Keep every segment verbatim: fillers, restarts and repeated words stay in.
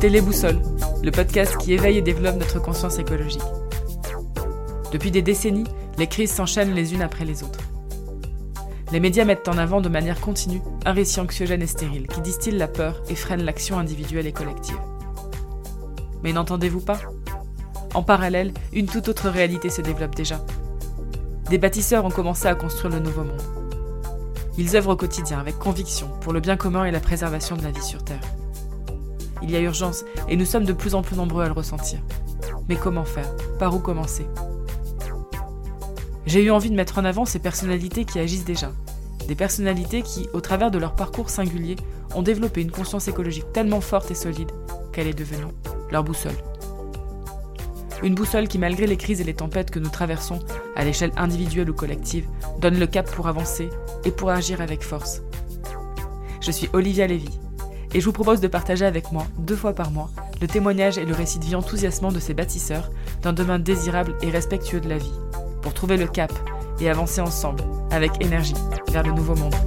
C'était Les Boussoles, le podcast qui éveille et développe notre conscience écologique. Depuis des décennies, les crises s'enchaînent les unes après les autres. Les médias mettent en avant de manière continue un récit anxiogène et stérile qui distille la peur et freine l'action individuelle et collective. Mais n'entendez-vous pas ? En parallèle, une toute autre réalité se développe déjà. Des bâtisseurs ont commencé à construire le nouveau monde. Ils œuvrent au quotidien avec conviction pour le bien commun et la préservation de la vie sur Terre. Il y a urgence et nous sommes de plus en plus nombreux à le ressentir. Mais comment faire ? Par où commencer ? J'ai eu envie de mettre en avant ces personnalités qui agissent déjà. Des personnalités qui, au travers de leur parcours singulier, ont développé une conscience écologique tellement forte et solide qu'elle est devenue leur boussole. Une boussole qui, malgré les crises et les tempêtes que nous traversons, à l'échelle individuelle ou collective, donne le cap pour avancer et pour agir avec force. Je suis Olivia Lévy, et je vous propose de partager avec moi, deux fois par mois, le témoignage et le récit de vie enthousiasmant de ces bâtisseurs d'un demain désirable et respectueux de la vie, pour trouver le cap et avancer ensemble, avec énergie, vers le nouveau monde.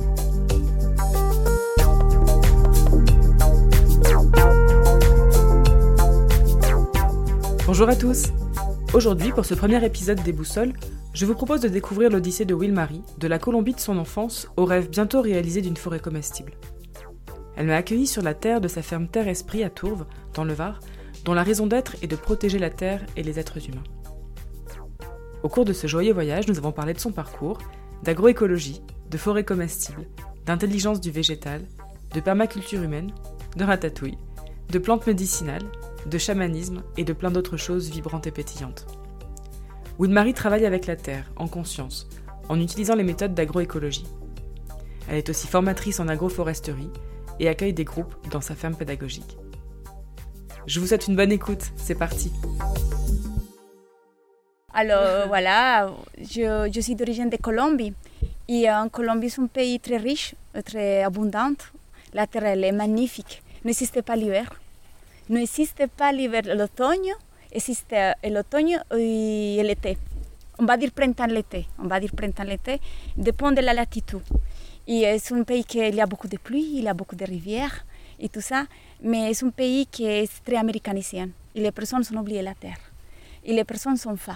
Bonjour à tous. Aujourd'hui, pour ce premier épisode des Boussoles, je vous propose de découvrir l'odyssée de Will-Marie, de la Colombie de son enfance au rêve bientôt réalisé d'une forêt comestible. Elle m'a accueilli sur la terre de sa ferme Terre-Esprit à Tourves, dans le Var, dont la raison d'être est de protéger la terre et les êtres humains. Au cours de ce joyeux voyage, nous avons parlé de son parcours, d'agroécologie, de forêt comestible, d'intelligence du végétal, de permaculture humaine, de ratatouille, de plantes médicinales, de chamanisme et de plein d'autres choses vibrantes et pétillantes. Will-Marie travaille avec la terre, en conscience, en utilisant les méthodes d'agroécologie. Elle est aussi formatrice en agroforesterie et accueille des groupes dans sa ferme pédagogique. Je vous souhaite une bonne écoute, c'est parti. Alors voilà, je, je suis d'origine de Colombie et en Colombie c'est un pays très riche, très abondant. La terre elle est magnifique, n'existe pas l'hiver. N'existe pas l'hiver, l'automne, existe l'automne et l'été. On va dire printemps-l'été, on va dire printemps-l'été, dépend de la latitude. Et c'est un pays qui il y a beaucoup de pluie, il y a beaucoup de rivières et tout ça, mais c'est un pays qui est très américanisé. Et les personnes ont oublié la terre. Et les personnes sont faites.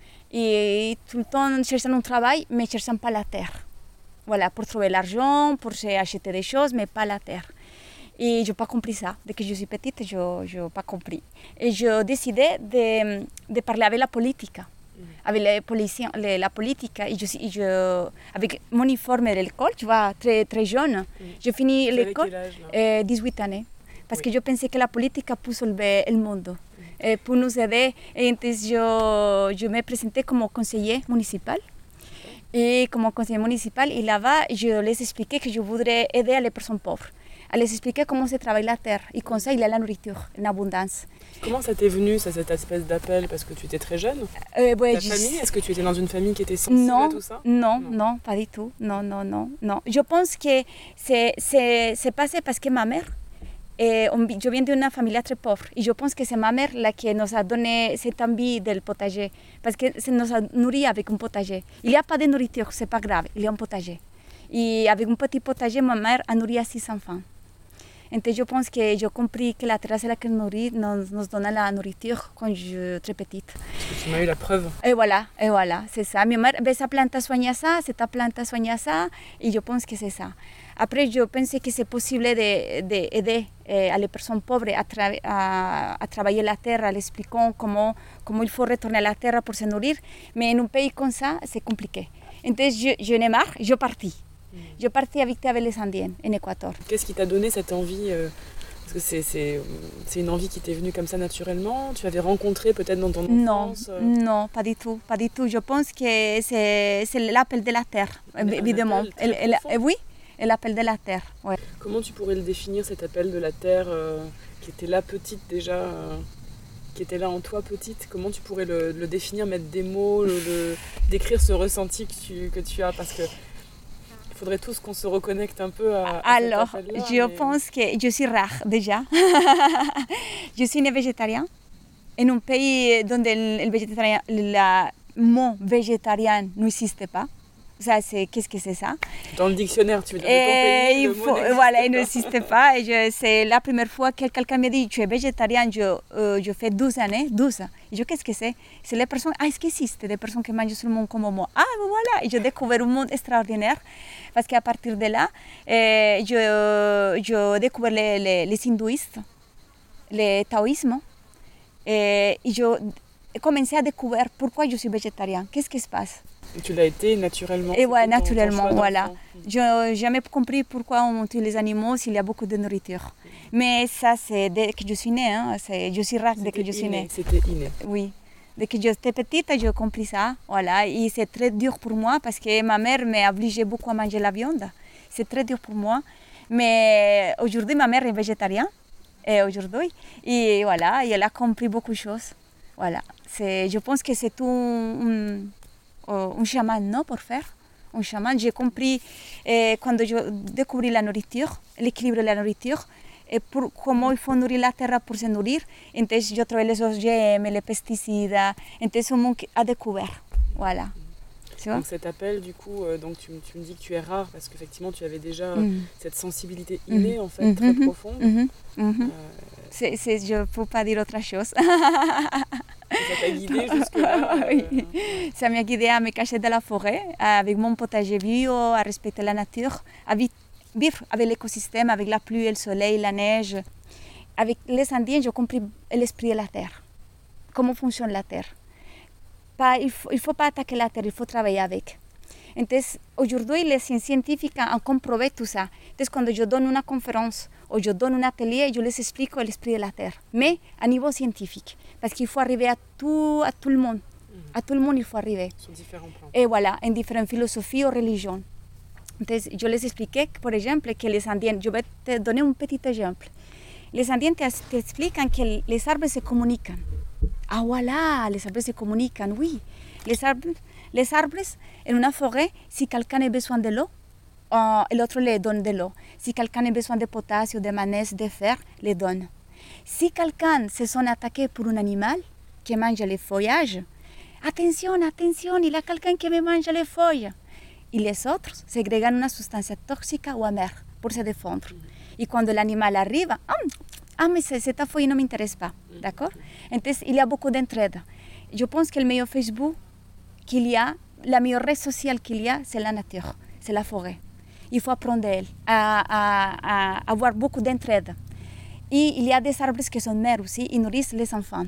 Et tout le temps cherchent un travail, mais ne cherchent pas la terre. Voilà, pour trouver l'argent, pour acheter des choses, mais pas la terre. Et je n'ai pas compris ça. Dès que je suis petite, je n'ai pas compris. Et j'ai décidé de, de parler avec la politique, avec les policiers, les, la politique. Et je, je, avec mon uniforme de l'école, tu vois, très, très jeune, mm. J'ai fini Vous l'école euh, dix-huit ans. Parce oui. Que je pensais que la politique peut sauver le monde. Et pour nous aider, et je, je me présentais comme conseiller municipal. Et comme conseiller municipal, et là-bas, je les expliquais que je voudrais aider les personnes pauvres. À les expliquer comment se travaille la terre. Et comme ça, il y a la nourriture en abondance. Comment ça t'est venu, ça, cette espèce d'appel? Parce que tu étais très jeune. euh, ouais, Ta je... famille, est-ce que tu étais dans une famille qui était sensible non, à tout ça? non, non, non, pas du tout. Non, non, non, non. Je pense que c'est, c'est, c'est passé parce que ma mère, et on, je viens d'une famille très pauvre. Et je pense que c'est ma mère la qui nous a donné cette envie du potager. Parce que ça nous a nourri avec un potager. Il n'y a pas de nourriture, c'est pas grave, il y a un potager. Et avec un petit potager, ma mère a nourri à six enfants. Et je pense que j'ai compris que la terre, c'est la qui nous nourrit, nous, nous donne la nourriture quand j'étais très petite. Parce que tu m'as eu la preuve. Et voilà, et voilà, c'est ça. Ma mère, ben, sa plante soigne ça, cette plante soigne ça, et je pense que c'est ça. Après, je pense que c'est possible d'aider eh, les personnes pauvres à, tra- à, à travailler la terre, en l'expliquant comment, comment il faut retourner à la terre pour se nourrir. Mais en un pays comme ça, c'est compliqué. Donc, je, je n'ai marre, je partis. Je partis habiter avec les Indiens en Équateur. Qu'est-ce qui t'a donné cette envie euh, Parce que c'est, c'est, c'est une envie qui t'est venue comme ça naturellement. Tu avais rencontré peut-être dans ton enfance Non, euh... non, pas du tout, pas du tout. Je pense que c'est, c'est l'appel de la terre, un évidemment. Elle, elle, elle, oui, l'appel de la terre. Ouais. Comment tu pourrais le définir, cet appel de la terre euh, qui était là petite déjà euh, qui était là en toi petite? Comment tu pourrais le, le définir, mettre des mots, le, le, décrire ce ressenti que tu, que tu as? Parce que il faudrait tous qu'on se reconnecte un peu à, à Alors, cet appel-là, je mais... pense que je suis rare déjà. Je suis une végétarienne. En un pays où le, le végétarien, le mot végétarien n'existe pas. Ça, c'est, qu'est-ce que c'est ça? Dans le dictionnaire, tu veux dire Et de ton pays, il le faut, mot voilà, il n'existe pas. Et je, c'est la première fois que quelqu'un me dit, tu es végétarien, je, euh, je fais douze années, douze. Et je, qu'est-ce que c'est? C'est les personnes, ah, est-ce qu'il existe des personnes qui mangent seulement comme moi? Ah, ben voilà, et je découvre un monde extraordinaire. Parce qu'à partir de là, euh, je, je découvre les, les, les hindouistes, le taoïsme. Et je commençais à découvrir pourquoi je suis végétarien. Qu'est-ce qui se passe? Et tu l'as été naturellement. Et ouais, ton- naturellement, ton choix voilà. d'enfant. Je n'ai jamais compris pourquoi on tue les animaux s'il y a beaucoup de nourriture. Mais ça, c'est dès que je suis née. Hein. C'est, je suis rare dès que je suis C'était née. inné, C'était inné. Oui. Dès que j'étais petite, j'ai compris ça. Voilà. Et c'est très dur pour moi parce que ma mère m'a obligée beaucoup à manger la viande. C'est très dur pour moi. Mais aujourd'hui, ma mère est végétarienne. Et aujourd'hui, et voilà, et elle a compris beaucoup de choses. Voilà. C'est, je pense que c'est tout un, un chaman, non, pour faire. Un chaman. J'ai compris eh, quand je découvris la nourriture, l'équilibre de la nourriture, et pour, comment il faut nourrir la terre pour se nourrir. Entonces, je trouvais les O G M, les pesticides. Entonces, c'est monde à découvert. Voilà. Tu vois? Donc cet appel, du coup, euh, donc tu, me- tu me dis que tu es rare parce qu'effectivement tu avais déjà Mm. cette sensibilité innée en fait, Mhm. très profonde. Mhm. Mhm. Euh, C'est, c'est, je ne peux pas dire autre chose. Ça t'a guidée jusque-là. Oui. euh, Ça m'a guidée à me cacher dans la forêt, avec mon potager bio, à respecter la nature, à vi- vivre avec l'écosystème, avec la pluie, le soleil, la neige. Avec les Indiens, j'ai compris l'esprit de la terre, comment fonctionne la terre. Pas, il ne faut, il faut pas attaquer la terre, il faut travailler avec. Entonces, aujourd'hui, les scientifiques ont comprouvé tout ça. Entonces, quand je donne une conférence ou je donne un atelier, je les explique l'esprit de la terre, mais à niveau scientifique, parce qu'il faut arriver à tout, à tout le monde. À tout le monde, il faut arriver. sur différents plans. Et voilà, en différentes philosophies ou religions. Entonces, je les expliquais, par exemple, que les Indiens, je vais te donner un petit exemple. Les Indiens te, te expliquent que les arbres se communiquent. Ah voilà, les arbres se communiquent, oui. Les arbres, les arbres, en une forêt, si quelqu'un a besoin de l'eau, euh, l'autre lui donne de l'eau. Si quelqu'un a besoin de potassium, de magnésium, de fer, le donne. Si quelqu'un se sent attaqué par un animal qui mange les feuillages, attention, attention, il y a quelqu'un qui me mange les feuilles. Et les autres ségrègent une substance toxique ou amère pour se défendre. Et quand l'animal arrive, ah, ah mais cette feuille ne m'intéresse pas, d'accord? Entonces, il y a beaucoup d'entraide. Je pense que le meilleur Facebook qu'il y a, la meilleure réseau sociale qu'il y a, c'est la nature, c'est la forêt. Il faut apprendre d'elle, à, à, à avoir beaucoup d'entraide. Et il y a des arbres qui sont mères aussi, ils nourrissent les enfants.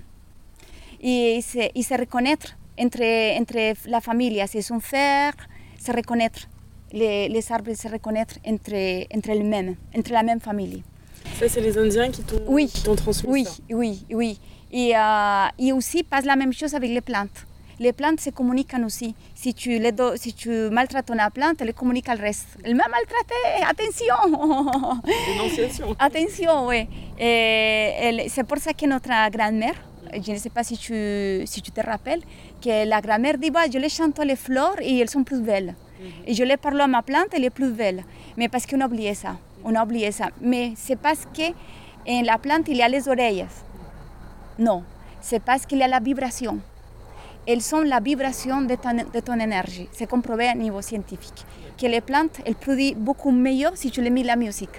Et se, et se reconnaître entre, entre la famille, si sont frères, se reconnaître, les, les arbres se reconnaître entre, entre eux-mêmes, entre la même famille. Ça, c'est les Indiens qui t'ont, Oui, qui t'ont transmis oui, ça. oui, oui. Et, euh, et aussi, passe la même chose avec les plantes. Les plantes se communiquent aussi. Si tu, les do, si tu maltraites une plante, elle communique al reste. Elle m'a maltraité, attention. Dénonciation. Attention, oui. Et, elle, c'est pour ça que notre grand-mère, je ne sais pas si tu, si tu te rappelles, que la grand-mère dit, bah, je les chante les fleurs et elles sont plus belles. Mm-hmm. Et je les parle à ma plante, elle est plus belle. Mais parce qu'on a oublié ça. On a oublié ça. Mais c'est parce que en la plante, il y a les oreilles. Non, c'est parce qu'il y a la vibration. Elles sont la vibration de ton, de ton énergie. C'est comprouvé à niveau scientifique. Que les plantes, elles produisent beaucoup mieux si tu les mets la musique.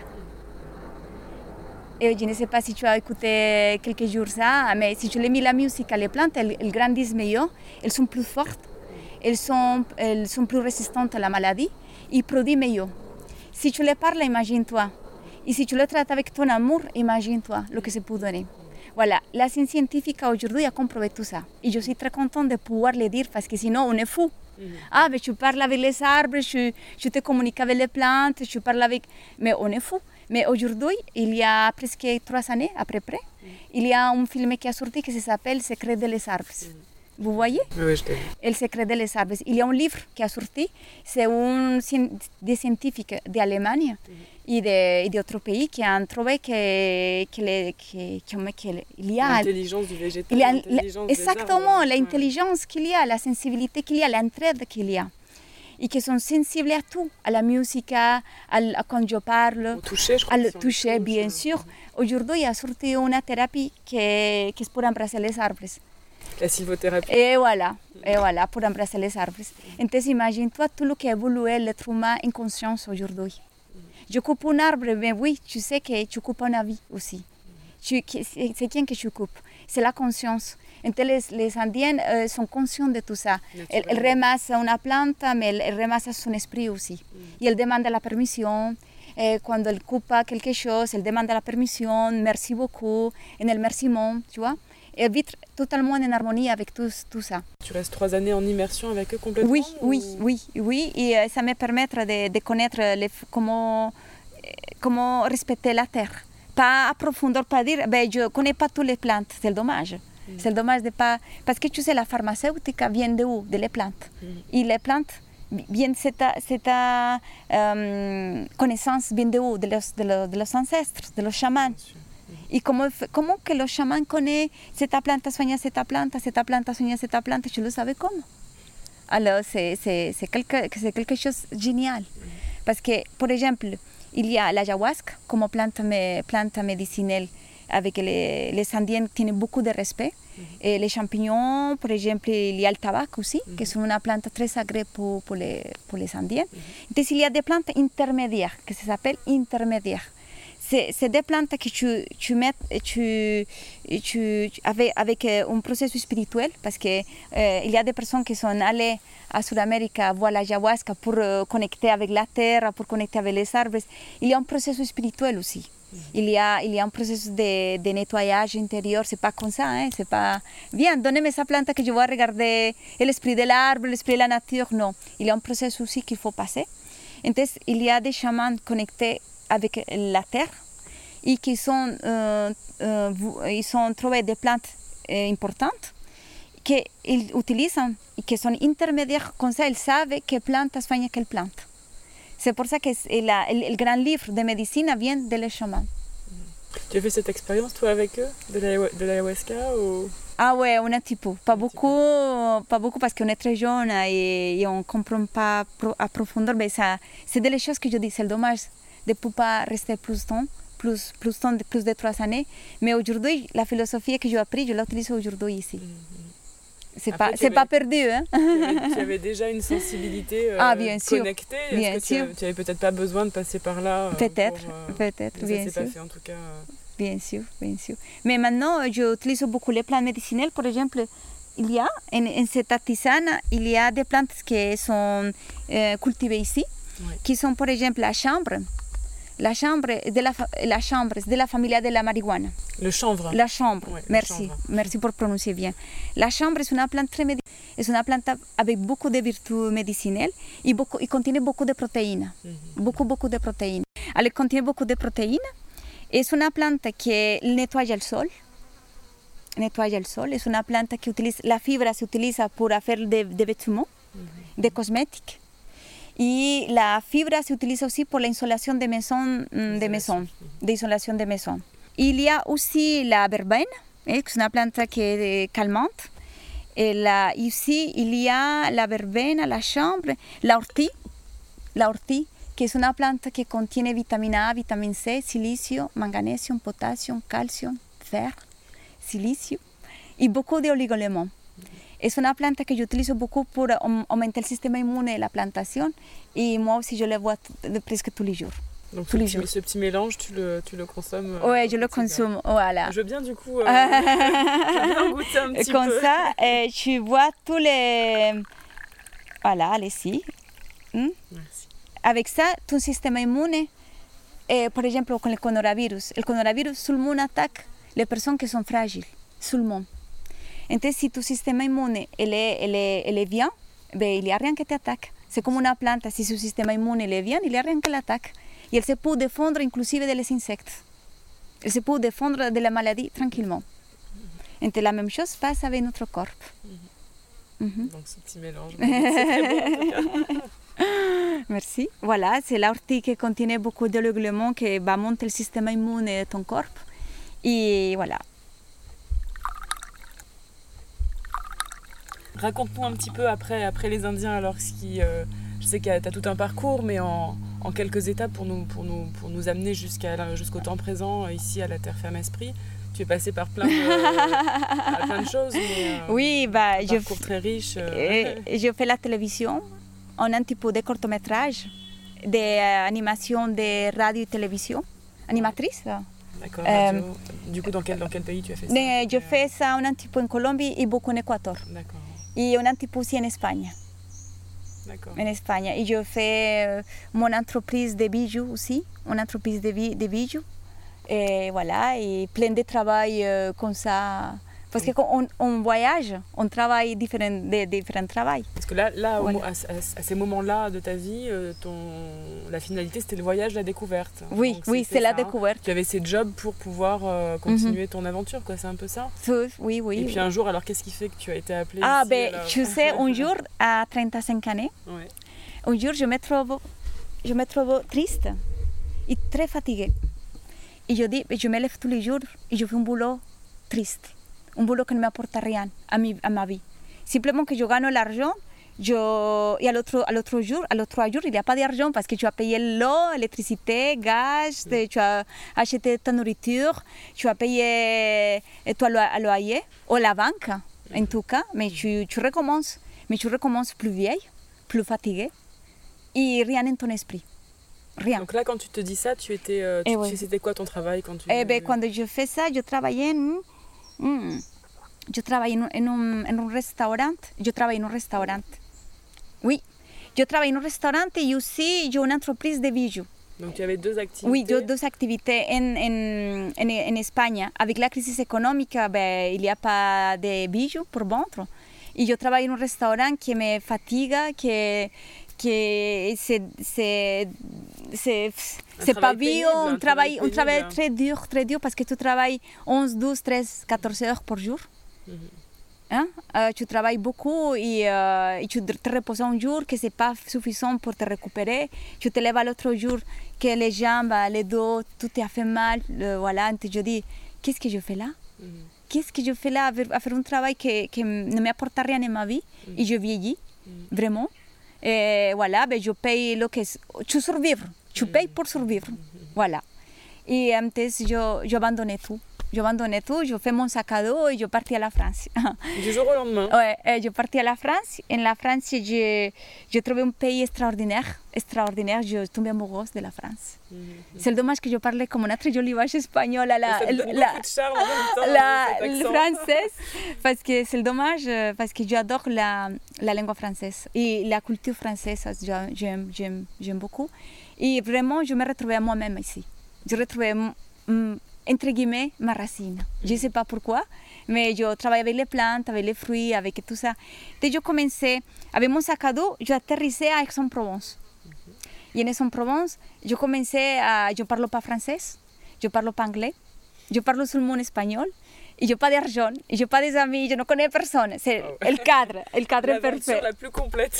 Et je ne sais pas si tu as écouté quelques jours ça, mais si tu les mets la musique à les plantes, elles, elles grandissent mieux, elles sont plus fortes, elles sont, elles sont plus résistantes à la maladie, et produisent mieux. Si tu les parles, imagine-toi. Et si tu les traites avec ton amour, imagine-toi ce que ça peut donner. Voilà, la science scientifique aujourd'hui a comprouvé tout ça. Et je suis très contente de pouvoir le dire parce que sinon on est fou. Mm-hmm. Ah, mais tu parles avec les arbres, tu, tu te communiques avec les plantes, tu parles avec... Mais on est fou. Mais aujourd'hui, il y a presque trois années, à peu près, mm-hmm. il y a un film qui a sorti qui s'appelle Secret de les arbres. Mm-hmm. Vous voyez? Oui, je t'ai vu. Le secret des arbres. Il y a un livre qui a sorti, c'est un des scientifiques d'Allemagne mm-hmm. et d'autres pays qui ont trouvé que, que, les, que, que, que il y a l'intelligence du végétal, il y a, l'intelligence exactement, des arbres. l'intelligence ouais. qu'il y a, la sensibilité qu'il y a, l'entraide qu'il y a. Et qui sont sensibles à tout, à la musique, à, à quand je parle, au toucher, je crois à le toucher, bien sûr. Aujourd'hui, il y a sorti une thérapie qui, qui est pour embrasser les arbres. La sylvothérapie. Et voilà, et voilà, pour embrasser les arbres. Entonces, imagine-toi tout ce qui a évolué l'être humain en conscience aujourd'hui. Je coupe un arbre, mais oui, tu sais que tu coupes un vie aussi. Tu, c'est qui que tu coupes? C'est la conscience. Entonces, les, les Indiens euh, sont conscients de tout ça. Elles, elles ramassent une plante, mais elles, elles ramassent son esprit aussi. Mm. Et elles demandent la permission. Et quand elles coupent quelque chose, elles demandent la permission. Merci beaucoup. En el remerciement, tu vois. Et vivre totalement en harmonie avec tout, tout ça. Tu restes trois années en immersion avec eux complètement? Oui, ou... oui, oui, oui. Et euh, ça me permet de, de connaître les, comment, comment respecter la terre. Pas approfondir, pas dire, ben, je ne connais pas toutes les plantes, c'est dommage. Mm. C'est dommage de pas... Parce que tu sais, la pharmaceutique vient de où? De les plantes. Mm. Et les plantes, viennent, cette, cette euh, connaissance vient de où? De los, de los, de los ancêtres, de los chamans. Et comment, comment que le chaman connaît cette plante soigne cette plante, cette plante soigne cette plante, je le savais comment. Alors c'est, c'est, c'est, quelque, c'est quelque chose de génial. Parce que, par exemple, il y a l'ayahuasca comme plante, plante médicinale avec les, les Indiens qui tiennent beaucoup de respect. Mm-hmm. Et les champignons, par exemple, il y a le tabac aussi, mm-hmm. qui sont une plante très sacrée pour, pour, les, pour les Indiens. Mm-hmm. Donc il y a des plantes intermédiaires, qui s'appellent intermédiaires. C'est, c'est des plantes que tu, tu mets tu, tu, avec, avec un processus spirituel, parce qu'il euh, y a des personnes qui sont allées à Sud-Amérique voir l'ayahuasca pour euh, connecter avec la terre, pour connecter avec les arbres. Il y a un processus spirituel aussi. Mm-hmm. Il y a, il y a un processus de, de nettoyage intérieur. C'est pas comme ça, hein? C'est pas bien, donnez-moi sa plante que je vais regarder l'esprit de l'arbre, l'esprit de la nature. Non, il y a un processus aussi qu'il faut passer. Entonces, il y a des chamans connectés avec la terre et qui sont, euh, euh, ils ont trouvé des plantes euh, importantes qu'ils utilisent et qui sont intermédiaires, comme ça ils savent quelle plante soigne quelle plante. C'est pour ça que la, le, le grand livre de médecine vient de les chamans. Tu as fait cette expérience toi avec eux, de, la, de l'ayahuasca ou... Ah ouais, un petit peu. Pas beaucoup, pas beaucoup parce qu'on est très jeune et, et on ne comprend pas à profondeur. Mais ça, c'est des choses que je dis, c'est dommage de ne pas rester plus de temps, plus, plus, temps, plus de trois années. Mais aujourd'hui, la philosophie que j'ai appris, je l'utilise aujourd'hui ici. Mm-hmm. C'est Après, pas, c'est avais, pas perdu. Hein? Tu, avais, tu avais déjà une sensibilité euh, ah, bien connectée. Sûr. Bien Est-ce que sûr. tu n'avais peut-être pas besoin de passer par là euh, Peut-être, pour, euh, peut-être, bien ça sûr. Pas fait, en tout cas, euh... Bien sûr, bien sûr. Mais maintenant, j'utilise beaucoup les plantes médicinales. Par exemple, il y a, en, en cette tisane, il y a des plantes qui sont euh, cultivées ici, oui. Qui sont, par exemple, la chambre. La chambre de la, la chambre de la famille de la marijuana. Le chanvre. La chambre, oui, merci. Chanvre. Merci pour prononcer bien. La chambre est une plante très médicinale. C'est une plante avec beaucoup de vertus médicinales et beaucoup, il contient beaucoup de protéines. Mm-hmm. Beaucoup, beaucoup de protéines. Elle contient beaucoup de protéines. Es una planta que nettoie le sol. Nettoie le sol. Es una planta que utiliza, la fibra se utiliza para hacer de, de vêtements, uh-huh. de cosméticos. Y la fibra se utiliza aussi pour l'insolation de maison, de maison, uh-huh. de isolación de maison. Il y a aussi la verbeine, eh, que es una planta que est calmante. Et la, ici, il y a la verbeine, la chambre, la ortie, la ortie. Que es una planta que contiene vitamina A, vitamina C, silicio, magnesio, potasio, calcio, fer, silicio y beaucoup de oligoéléments. Es una planta que yo utilizo beaucoup pour augmenter el sistema inmune de la plantation et moi aussi je le vois t- presque tous les jours. Donc tous ce, les petit, jours. ce petit mélange, tu le, tu le consommes? Oui, je le consomme, voilà. Je veux bien du coup euh, je veux bien goûter un petit Comme peu. Comme ça, euh, tu vois tous les... Voilà, allez-y. Hmm? Merci. Avec ça, ton système immune, eh, par exemple, avec le coronavirus, le coronavirus, tout le monde attaque les personnes qui sont fragiles, tout le monde. Donc, si ton système immune il est, il est, il est bien, ben, il n'y a rien qui t'attaque. C'est comme une plante, si son système immune il est bien, il n'y a rien qui l'attaque. Et elle se peut défendre inclusive des insectes. Elle se peut défendre de la maladie tranquillement. Et la même chose passe avec notre corps. Mm-hmm. Mm-hmm. Donc ce petit mélange, c'est très bon en tout cas. Merci. Voilà, c'est l'ortie qui contient beaucoup d'éléments qui va monter le système immune de ton corps. Et voilà. Raconte-nous un petit peu après, après les Indiens, alors ce qui, euh, je sais que tu as tout un parcours, mais en, en quelques étapes pour nous, pour nous, pour nous amener jusqu'à, jusqu'au temps présent, ici à la Terre Ferme Esprit. Tu es passée par plein de, plein de choses, mais euh, oui, bah, un je, parcours très riche. Euh, euh, je fais la télévision, on a un petit peu de courts-métrages, d'animation de radio et télévision, animatrice. D'accord, radio. Euh, du coup, dans quel, dans quel pays tu as fait ça? de, Je fais ça un petit peu en Colombie et beaucoup en Équateur. D'accord. Et un petit peu aussi en Espagne. D'accord. En Espagne. Et je fais euh, mon entreprise de bijoux aussi, une entreprise de, bi de bijoux. Et voilà, et plein de travail euh, comme ça. Parce oui. qu'on on voyage, on travaille différents, de, différents travails. Parce que là, là voilà. au, à, à, ces moments-là de ta vie, euh, ton, la finalité, c'était le voyage, la découverte. Oui, donc, oui, c'est la découverte. Tu avais ces jobs pour pouvoir euh, continuer mm-hmm. ton aventure, quoi. C'est un peu ça? Oui, oui. Et puis un jour, alors qu'est-ce qui fait que tu as été appelée Ah, ici, ben, alors... tu sais, un jour, à trente-cinq ans, ouais. un jour, je me trouve, je me trouve triste et très fatiguée. Et je dis, je me lève tous les jours et je fais un boulot triste. Un boulot qui ne m'apporte rien à, mi, à ma vie. Simplement que je gagne l'argent, je... et à l'autre jour, à l'autre jour, il n'y a pas d'argent parce que tu as payé l'eau, l'électricité, gaz, mm. tu as acheté ta nourriture, tu as payé ton loyer, ou la banque, mm. en tout cas, mais tu, tu recommences. Mais tu recommences plus vieille, plus fatiguée, et rien dans ton esprit. Rien. Donc là, quand tu te dis ça, tu étais, euh, tu, oui. c'était quoi ton travail quand tu... Eh ben, quand je fais ça, je travaillais en, mm, je travaille en, en, un, en un restaurant. Je travaille en un restaurant. Oui, je travaille en un restaurant et aussi j'ai une entreprise de bijoux. Donc tu avais deux activités? Oui, deux, deux activités en, en, en, en Espagne. Avec la crise économique, ben, il n'y a pas de bijoux pour vendre. Et je travaille en un restaurant qui me fatigue, qui... que c'est c'est c'est c'est pas bien, un travail un travail très dur très dur parce que tu travailles onze, douze, treize, quatorze heures par jour. Mm-hmm. Hein? Euh, tu travailles beaucoup et, euh, et tu te reposes un jour que c'est pas suffisant pour te récupérer. Tu te lèves l'autre jour que les jambes, les dos, tout te a fait mal. Euh, voilà, et je dis qu'est-ce que je fais là? Mm-hmm. Qu'est-ce que je fais là à faire un travail qui qui ne m'apporte rien dans ma vie? Mm-hmm. Et je vieillis mm-hmm. vraiment. Et voilà, ben je paye le que tu survivre, tu payes pour survivre, voilà. Et antes je, je abandonnais tout, je abandonnais tout, je fais mon sac à dos et je partais à la France. Du jour au lendemain? Ouais, je partais à la France. En la France, je, je trouvais un pays extraordinaire, extraordinaire, je tombais amoureuse de la France. Mm-hmm. C'est dommage que je parlais comme une très jolie vache espagnole à la, ça la, la, de charme en même temps, la, la française, parce que c'est dommage, parce que j'adore la, la langue française et la culture française, j'aime, j'aime, j'aime beaucoup. Et vraiment, je me retrouvais à moi-même ici. Je retrouvais, mm, entre guillemets, ma racine. Je ne sais pas pourquoi, mais je travaillais avec les plantes, avec les fruits, avec tout ça. Dès que je commençais, avec mon sac à dos, j'atterrissais à Aix-en-Provence. Et en Aix-en-Provence, je commençais à... Je ne parle pas français, je ne parle pas anglais, je parle seulement espagnol, et je n'ai pas d'argent, et je n'ai pas d'amis, je ne connais personne. C'est oh. le cadre, le cadre est parfait. La plus complète.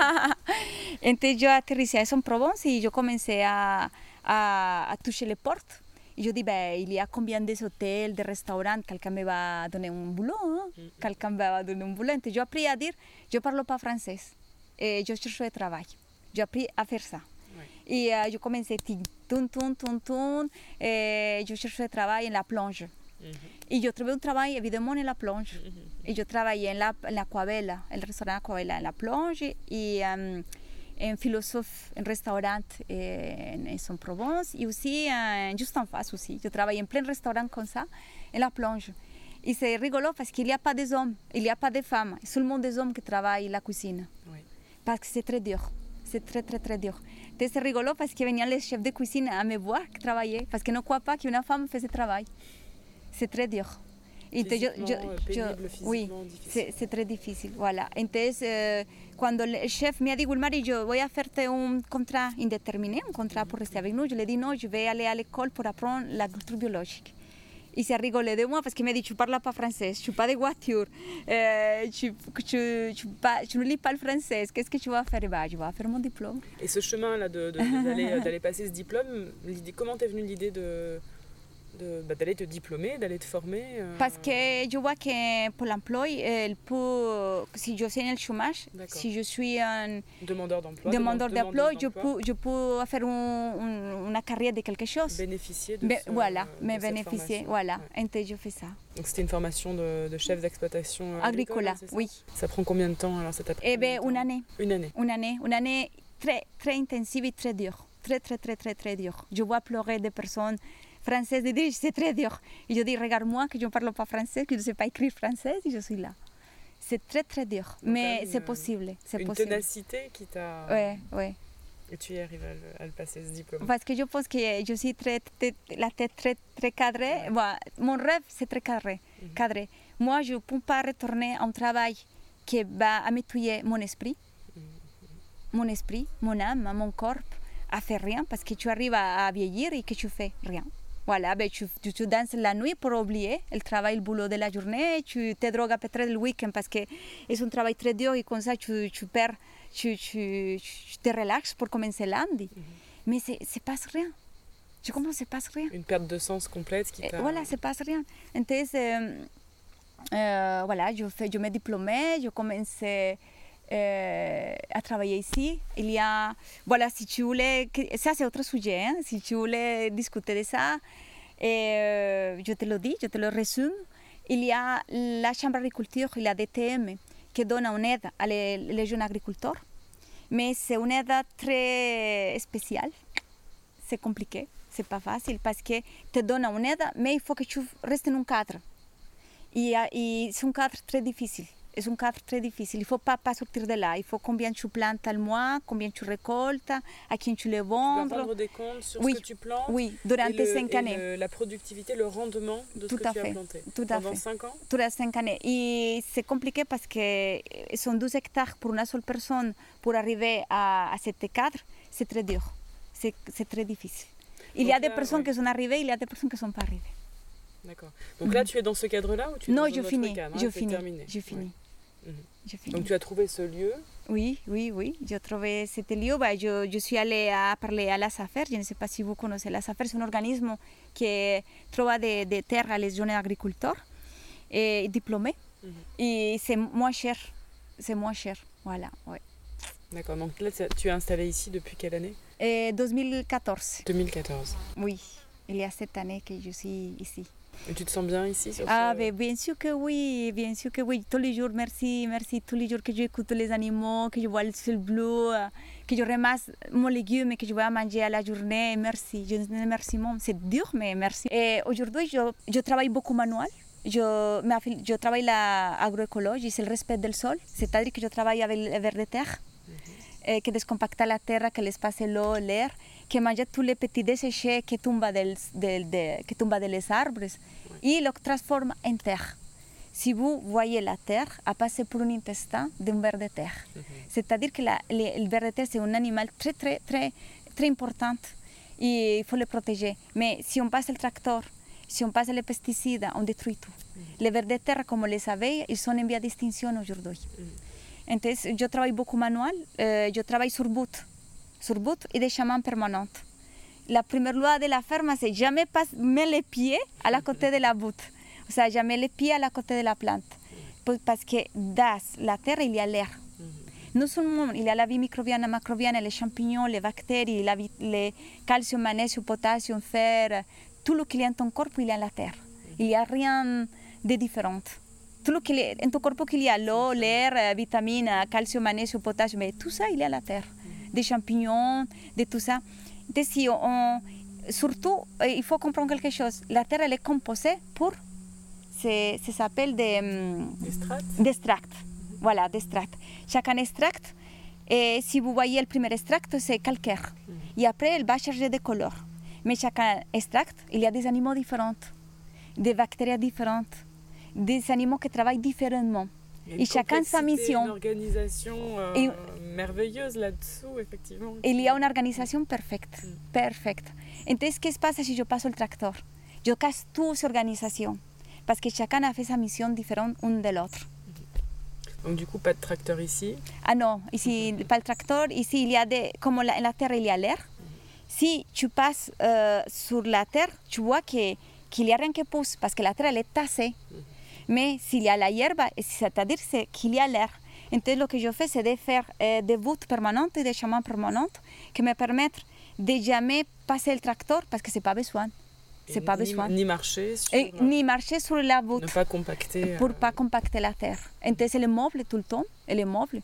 Entonces, je atterrissais à Aix-en-Provence et je commençais à, à, à toucher les portes. Et je dis, ben, il y a combien d'hôtels, de restaurants, quelqu'un me va donner un boulot, hein? Mm-hmm. Quelqu'un va donner un boulot. Entonces, j'ai appris à dire, je ne parle pas français, et je cherche du travail. J'ai appris à faire ça. Ouais. Et euh, je commençais, toun, toun, toun, toun, et je cherchais du travail en la plonge. Mm-hmm. Et je trouvais un travail, évidemment, en la plonge. Mm-hmm. Et je travaillais en la, en la Coabella, le restaurant Coabella, en la plonge, et... Um, un philosophe, un restaurant en Aix-en-Provence et aussi euh, juste en face aussi. Je travaille en plein restaurant comme ça, en la plonge. Et c'est rigolo parce qu'il n'y a pas d'hommes, il n'y a pas de femmes, seulement des hommes qui travaillent la cuisine. Oui. Parce que c'est très dur, c'est très très très dur. Et c'est rigolo parce que venaient les chefs de cuisine à me voir travailler, parce qu'ils ne croient pas qu'une femme fait ce travail. C'est très dur. Physiquement, je, je, pénible, je, oui, c'est, c'est très difficile, voilà. Entonces, eh, cuando el chef me a dit, Wilmary, yo voy a hacerte un contrat indéterminé, un contrat pour rester avec nous, je lui ai dit, non, je vais aller à l'école pour apprendre l'agriculture biologique. Il s'est rigolé de moi parce qu'il m'a dit, tu ne parles pas français, tu n'as pas de voiture, euh, tu, tu, tu, pas, tu ne lis pas le français, qu'est-ce que tu vas faire? Bah, je vais faire mon diplôme. Et ce chemin-là de, de, de, d'aller, d'aller passer ce diplôme, l'idée, comment t'es venue l'idée de... de, bah, d'aller te diplômer, d'aller te former euh... Parce que je vois que pour l'emploi, elle peut, si je suis en chômage, D'accord. si je suis un demandeur d'emploi, demandeur d'emploi, je peux, je peux faire un, un, une carrière de quelque chose. Bénéficier de, Be, ce, voilà, de me bénéficier, voilà. Ouais. Et je fais ça. Donc c'était une formation de, de chef d'exploitation agricole, agricole, ça oui. Ça prend combien de temps alors ça t'a pris Eh bien, une année. Une année. Une année, une année très, très intensive et très dure. Très, très, très, très, très dure. Je vois pleurer des personnes françaises et dire c'est très dur. Et je dis regarde-moi que je ne parle pas français, que je ne sais pas écrire français et je suis là. C'est très, très dur. Donc mais c'est possible. C'est une possible. ténacité qui t'a. Oui, oui. Et tu y arrives à le, à le passer ce diplôme. Parce que je pense que je suis très, très la tête très, très cadrée. Ouais. Bon, mon rêve, c'est très cadré. Mm-hmm. cadré. Moi, je ne peux pas retourner à un travail qui va amétuyer mon esprit, mm-hmm. mon esprit, mon âme, mon corps, à faire rien parce que tu arrives à, à vieillir et que tu fais rien. Voilà, ben tu, tu, tu danses la nuit pour oublier le travail, le boulot de la journée, tu te drogues peut-être le week-end parce que c'est un travail très dur et comme ça tu, tu perds, tu, tu, tu te relaxes pour commencer lundi. Mm-hmm. Mais c'est, c'est passe rien. Tu comprends, c'est passe rien. Une perte de sens complète qui t'a... Et voilà, c'est passe rien. Entonces, euh, euh, voilà, je, fais, je me diplômais, je commençais euh, à travailler ici. Il y a, voilà, si tu voulais, ça c'est autre sujet, hein, si tu voulais discuter de ça, et, euh, je te le dis, je te le résume. Il y a la Chambre d'agriculture, il y a D T M, qui donne une aide à les, les jeunes agriculteurs, mais c'est une aide très spéciale, c'est compliqué, c'est pas facile, parce que te donne une aide, mais il faut que tu restes dans un cadre. Et, et c'est un cadre très difficile. C'est un cadre très difficile. Il ne faut pas, pas sortir de là. Il faut combien tu plantes le mois, combien tu récoltes, à qui tu les vends. Tu dois rendre des comptes sur oui. ce que tu plantes. Oui, durant et le, cinq années. Le, la productivité, le rendement de Tout ce que à tu fait. as planté. Tout à Pendant fait. cinq ans Durant cinq années. Et c'est compliqué parce que ce sont douze hectares pour une seule personne pour arriver à, à cet cadre. C'est très dur. C'est, c'est très difficile. Il Donc y a là, des personnes ouais. qui sont arrivées, il y a des personnes qui ne sont pas arrivées. D'accord. Donc mmh. là, tu es dans ce cadre-là ou tu es non, dans je un finis. autre cadre, je hein, finis. terminé. Je finis. Ouais. Mmh. Je finis. Donc tu as trouvé ce lieu? Oui, oui, oui. J'ai trouvé ce lieu. Bah, je, je suis allée à parler à la SAFER. Je ne sais pas si vous connaissez la SAFER. C'est un organisme qui trouve des, des terres à les jeunes agriculteurs et diplômés. Mmh. Et c'est moins cher. C'est moins cher. Voilà, ouais. D'accord. Donc là, tu es installée ici depuis quelle année? Et deux mille quatorze. deux mille quatorze. Oui. Il y a sept années que je suis ici. Et tu te sens bien ici sur Ah, ce... ben, bien sûr que oui, bien sûr que oui. Tous les jours, merci, merci. Tous les jours que j'écoute les animaux, que je vois le ciel bleu, que je ramasse mon légume et que je vais manger à la journée. Merci, je merci, mon. C'est dur, mais merci. Et aujourd'hui, je, je travaille beaucoup manuel. Je, je travaille l'agroécologie, c'est le respect du sol. C'est-à-dire que je travaille avec le vers de terre. Eh, que descompacta la terra, que l'espace l'eau, l'air, que mange tous les petits déchets qui tombent des, de, de, qui tombent des arbres et le transforme en terre. Si vous voyez la terre, a passé pour un intestin d'un ver de terre. Mm-hmm. C'est-à-dire que la, le, le ver de terre, c'est un animal très, très, très, très important et il faut le protéger. Mais si on passe le tracteur, si on passe les pesticides, on détruit tout. Mm-hmm. Les vers de terre, comme les abeilles, ils sont en via d'extinction aujourd'hui. Mm-hmm. Entonces, yo trabajo beaucoup manual, euh, yo travaille sur bout, sur bout et des chemins permanents. La première loi de la ferme, c'est jamais pas mettre les pieds à la côté de la bout. O sea, jamais les pieds à la côté de la plante. Parce que dans la terre, il y a l'air. Non seulement il y a la vie microbienne, macrobienne, les champignons, les bactéries, la vie, les calcium, magnésium, potassium, fer, tout ce qu'il y a dans ton corps, il y a la terre. Il n'y a rien de différent. Tout ce qu'il y a, en ton corps, il y a l'eau, l'air, vitamines, calcium, magnésium, potassium, mais tout ça, il y a la terre. Des champignons, de tout ça. Donc, si on, surtout, il faut comprendre quelque chose. La terre, elle est composée pour, c'est, ça s'appelle des extracts. extracts. Voilà, des extracts. Chaque extract, et si vous voyez le premier extract, c'est calcaire. Mm. Et après, elle va changer de couleur. Mais chaque extract, il y a des animaux différents, des bactéries différentes, des animaux qui travaillent différemment. Et chacun sa mission. Une organisation euh, et, merveilleuse là-dessous, effectivement. Il y a une organisation parfaite, mm. parfaite. Entonces, qu'est-ce qui se passe si je passe le tracteur? Je casse toute cette organisation, parce que chacun a fait sa mission différente une de l'autre. Donc du coup, pas de tracteur ici? Ah non, ici, mm-hmm. pas de tracteur. Ici, il y a des, comme la, la terre, il y a l'air. Mm-hmm. Si tu passes euh, sur la terre, tu vois que qu'il n'y a rien qui pousse, parce que la terre, elle est tassée. Mm. Mais s'il y a la herbe, c'est-à-dire c'est qu'il y a l'air. Entonces, ce que je fais, c'est de faire euh, des voûtes permanentes et des chemins permanents qui me permettent de jamais passer le tracteur, parce que ce n'est pas besoin. C'est pas ni, besoin. Ni marcher sur, et, ni marcher sur la voûte. Ne pas compacter. Pour ne euh... pas compacter la terre. Entonces, c'est le meuble tout le temps, et le meuble.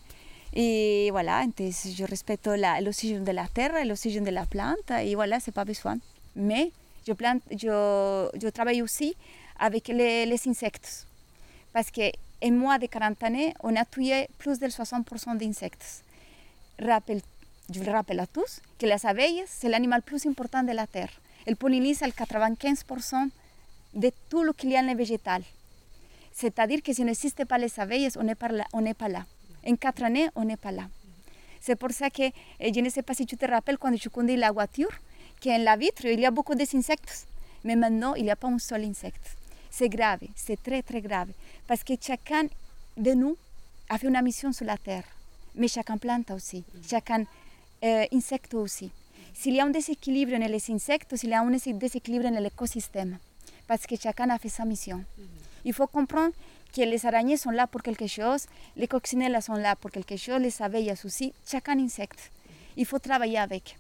Et voilà, entonces, je respecte la, l'oxygène de la terre, l'oxygène de la plante, et voilà, c'est pas besoin. Mais je, plante, je, je travaille aussi avec les, les insectes. Parce qu'un mois de quarante années, on a tué plus de soixante pour cent d'insectes. Rappel, je le rappelle à tous que les abeilles, c'est l'animal plus important de la terre. Elle pollinise le quatre-vingt-quinze pour cent de tout ce qu'il y a dans le végétal. C'est-à-dire que si n'existe pas les abeilles, on n'est pas là. On n'est pas là. En quatre années, on n'est pas là. C'est pour ça que, je ne sais pas si tu te rappelles, quand je conduis la voiture, qu'en la vitre, il y a beaucoup d'insectes. Mais maintenant, il n'y a pas un seul insecte. C'est grave, c'est très très grave, parce que chacun de nous a fait une mission sur la terre, mais chacun plante aussi, chacun euh, insecte aussi. S'il y a un déséquilibre dans les insectes, s'il y a un déséquilibre dans l'écosystème, parce que chacun a fait sa mission. Il faut comprendre que les araignées sont là pour quelque chose, les coccinelles sont là pour quelque chose, les abeilles aussi, chacun insecte. Il faut travailler avec.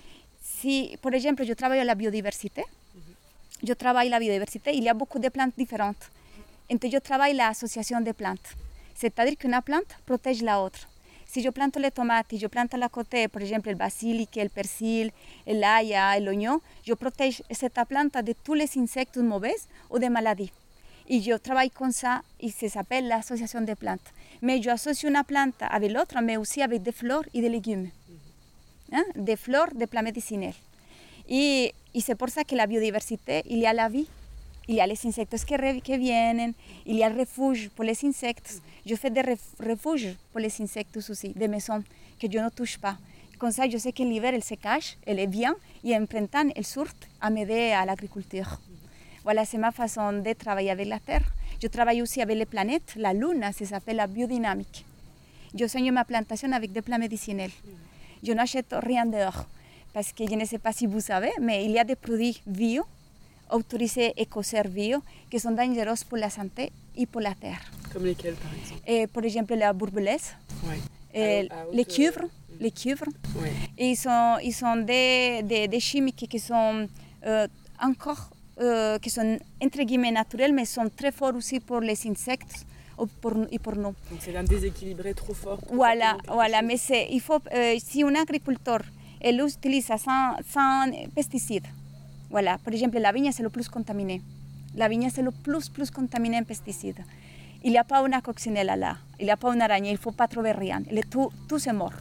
Si, par exemple, je travaille à la biodiversité, je travaille la biodiversité, il y a beaucoup de plantes différentes. Entonces, je travaille l'association des plantes. C'est-à-dire qu'une plante protège la autre. Si je plante les tomates et je plante à la côté, par exemple, le basilic, le persil, l'ail, l'oignon, je protège cette plante de tous les insectes mauvais ou des maladies. Et je travaille comme ça, et ça s'appelle l'association des plantes. Mais je associe une plante avec l'autre, mais aussi avec des fleurs et des légumes. Hein? Des fleurs, des plantes médicinales. Et, et c'est pour ça que la biodiversité, il y a la vie. Il y a les insectes qui, re, qui viennent, il y a le refuge pour les insectes. Je fais des ref, refuges pour les insectes aussi, des maisons que je ne touche pas. Comme ça, je sais que l'hiver, elle se cache, elle est bien, et en printemps, elle sort à m'aider à l'agriculture. Voilà, c'est ma façon de travailler avec la Terre. Je travaille aussi avec les planètes. La Lune, ça s'appelle la biodynamique. Je soigne ma plantation avec des plantes médicinales. Je n'achète rien dehors. Parce que je ne sais pas si vous savez, mais il y a des produits bio, autorisés écossaires bio, qui sont dangereux pour la santé et pour la terre. Comme lesquels, par exemple? Et, par exemple, la bourbelaise, ouais. et à, à les cuivres, euh... les cuivres. Ouais. Et ils sont, ils sont des, des, des chimiques qui sont euh, encore, euh, qui sont entre guillemets naturels, mais sont très forts aussi pour les insectes pour, et pour nous. Donc c'est un déséquilibré trop fort. Voilà, voilà. Mais c'est, il faut, euh, si un agriculteur elle utilise sans, sans pesticides. Voilà, par exemple, la vigne, c'est le plus contaminé. La vigne, c'est le plus, plus contaminé en pesticides. Il n'y a pas une coccinelle là, il n'y a pas une araignée, il ne faut pas trouver rien. Le, tout, tout c'est mort.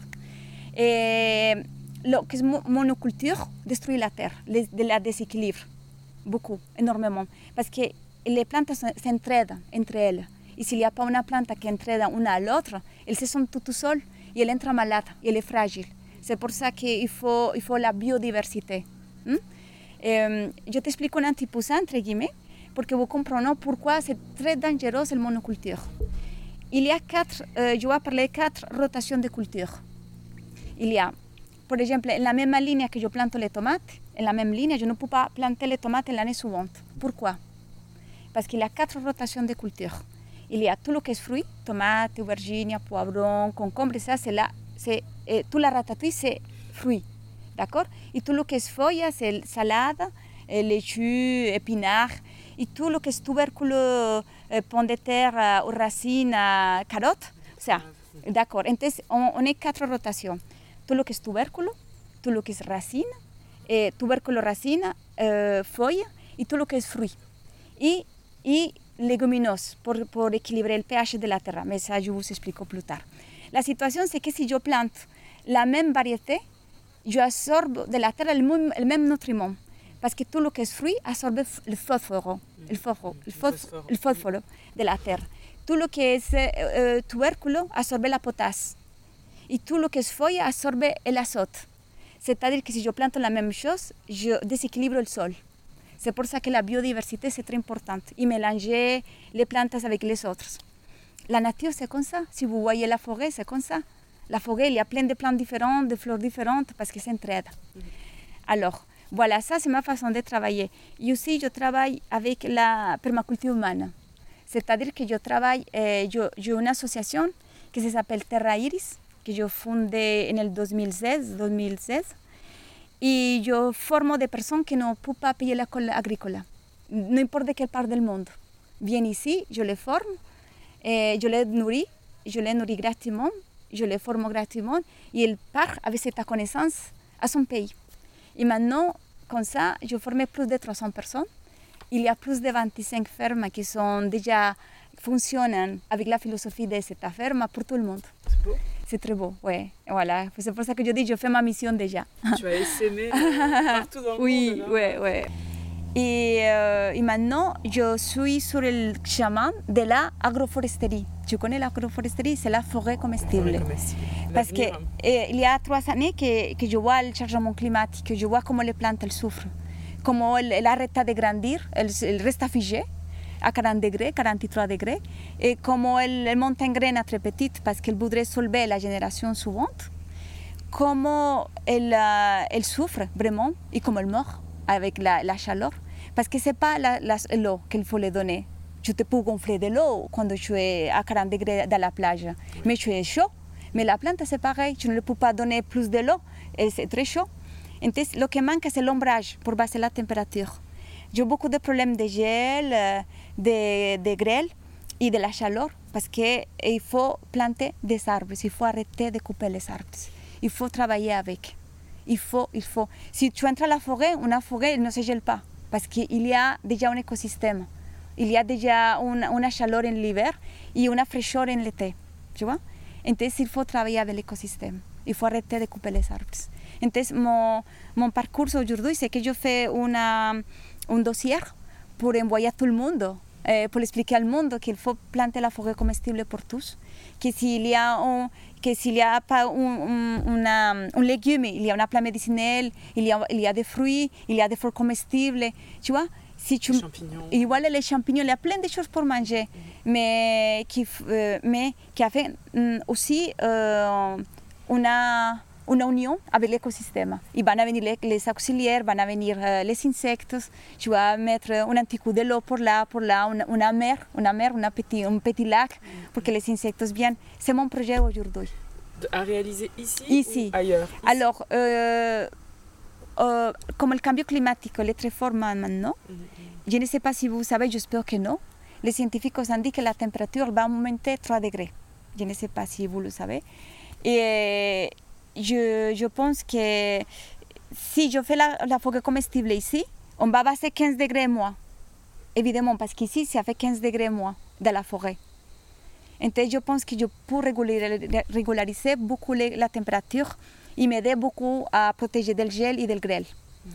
Et le que est monoculture détruit la terre, les, de la déséquilibre, beaucoup, énormément. Parce que les plantes s'entraident entre elles. Et s'il n'y a pas une plante qui entraide une à l'autre, elles se sont toutes seules et elles entrent malades, et elle est fragile. C'est pour ça qu'il faut, il faut la biodiversité. Hum? Et, je t'explique un petit peu ça, entre guillemets, pour que vous compreniez pourquoi c'est très dangereux la monoculture. Il y a quatre, euh, je vais parler de quatre rotations de culture. Il y a, par exemple, en la même ligne que je plante les tomates, en la même ligne, je ne peux pas planter les tomates l'année suivante. Pourquoi? Parce qu'il y a quatre rotations de culture. Il y a tout ce qui est fruits, tomates, aubergines, poivrons, concombres, ça c'est là, c'est Et toute la ratatouille, c'est fruits, d'accord? Et tout ce qui est feuilles, c'est salade, laitue, épinards. Et tout ce qui est tubercules, pommes de terre, racines, carottes, ça, d'accord? Entonces, on, on a quatre rotations. Tout ce qui est tubercule, tout ce qui est racine, et tubercule, racine, euh, feuilles, et tout ce qui est fruits. Et, et légumineuses, pour, pour équilibrer le pH de la terre. Mais ça, je vous explique plus tard. La situation, c'est que si je plante la même variété, je absorbe de la terre le même, le même nutriment. Parce que tout ce qui est fruit absorbe le phosphore, le phosphore, le phosphore, le phosphore de la terre. Tout ce qui est euh, tubercule absorbe la potasse. Et tout ce qui est feuille absorbe l'azote. C'est-à-dire que si je plante la même chose, je déséquilibre le sol. C'est pour ça que la biodiversité, c'est très importante. Et mélanger les plantes avec les autres. La nature, c'est comme ça. Si vous voyez la forêt, c'est comme ça. La forêt, il y a plein de plantes différentes, de fleurs différentes, parce que c'est entraide. Mm-hmm. Alors, Voilà, ça c'est ma façon de travailler. Et aussi, je travaille avec la permaculture humaine. C'est-à-dire que je travaille, eh, je, j'ai une association qui s'appelle Terra Iris, que j'ai fondée en el deux mille seize. Et je forme des personnes qui ne peuvent pas payer l'école agricole, n'importe quelle part du monde. Viennent ici, je les forme, et je les nourris, je les nourris gratuitement, je les forme gratuitement, et ils partent avec cette connaissance à son pays. Et maintenant, comme ça, je formé plus de trois cents personnes. Il y a plus de vingt-cinq fermes qui sont déjà fonctionnent avec la philosophie de cette ferme pour tout le monde. C'est beau. C'est très beau, oui. Voilà. C'est pour ça que je dis, je fais ma mission déjà. Tu as essaimé partout dans le oui, monde. Oui, oui, oui. Et, euh, et maintenant, je suis sur le chemin de l'agroforesterie. Tu connais l'agroforesterie? C'est la forêt comestible. Forêt comestible. Parce qu'il y a trois années que, que je vois le changement climatique, que je vois comment les plantes elles souffrent, comment elles, elles arrêtent de grandir, elles, elles restent figées à quarante degrés, quarante-trois degrés, et comment elles, elles montent en graines très petites parce qu'elles voudraient soulever la génération suivante, comment elles, euh, elles souffrent vraiment et comment elles meurent avec la, la chaleur. Parce que ce n'est pas la, la, l'eau qu'il faut les donner. Je te peux gonfler de l'eau quand je suis à quarante degrés dans la plage, oui. Mais je suis chaud. Mais la plante, c'est pareil. Tu ne peux pas donner plus de l'eau. Et c'est très chaud. Donc, ce qui manque, c'est l'ombrage pour baisser la température. J'ai beaucoup de problèmes de gel, de, de grêle et de la chaleur parce qu'il faut planter des arbres. Il faut arrêter de couper les arbres. Il faut travailler avec. Il faut, il faut. Si tu entres à la forêt, une forêt ne se gèle pas. Parce qu'il y a déjà un écosystème, il y a déjà une, une chaleur en l'hiver et une fraîcheur en l'été, tu vois. Donc il faut travailler avec l'écosystème, il faut arrêter de couper les arbres. Donc mon, mon parcours aujourd'hui, c'est que je fais una, un dossier pour envoyer à tout le monde, eh, pour expliquer au monde qu'il faut planter la forêt comestible pour tous, que s'il y a un, que s'il n'y a pas un, un, una, un légume, il y a une plante médicinale, il y a, il y a des fruits, il y a des fleurs comestibles, tu vois. Si tu, les champignons. Igual les champignons, il y a plein de choses pour manger, mm. mais, qui, euh, mais qui avaient mm, aussi euh, una, una union avec l'écosystème. Il va venir les, les auxiliaires, vont venir euh, les insectes, tu vas mettre un petit coup de l'eau pour là, pour là, une, une mer, une mer, une petit, un petit lac mm. pour que les insectes viennent. C'est mon projet aujourd'hui. À réaliser ici, ici. Ou ailleurs ici. Alors, euh, euh, comme le changement climatique est très fort maintenant, mm-hmm. je ne sais pas si vous savez, j'espère que non, les scientifiques ont dit que la température va augmenter trois degrés. Je ne sais pas si vous le savez. Et je, je pense que si je fais la, la forêt comestible ici, on va passer quinze degrés moins. Évidemment, parce qu'ici, ça fait quinze degrés moins dans la forêt. Donc, je pense que je peux régulariser beaucoup la température et m'aider beaucoup à protéger du gel et du grêle. Mm.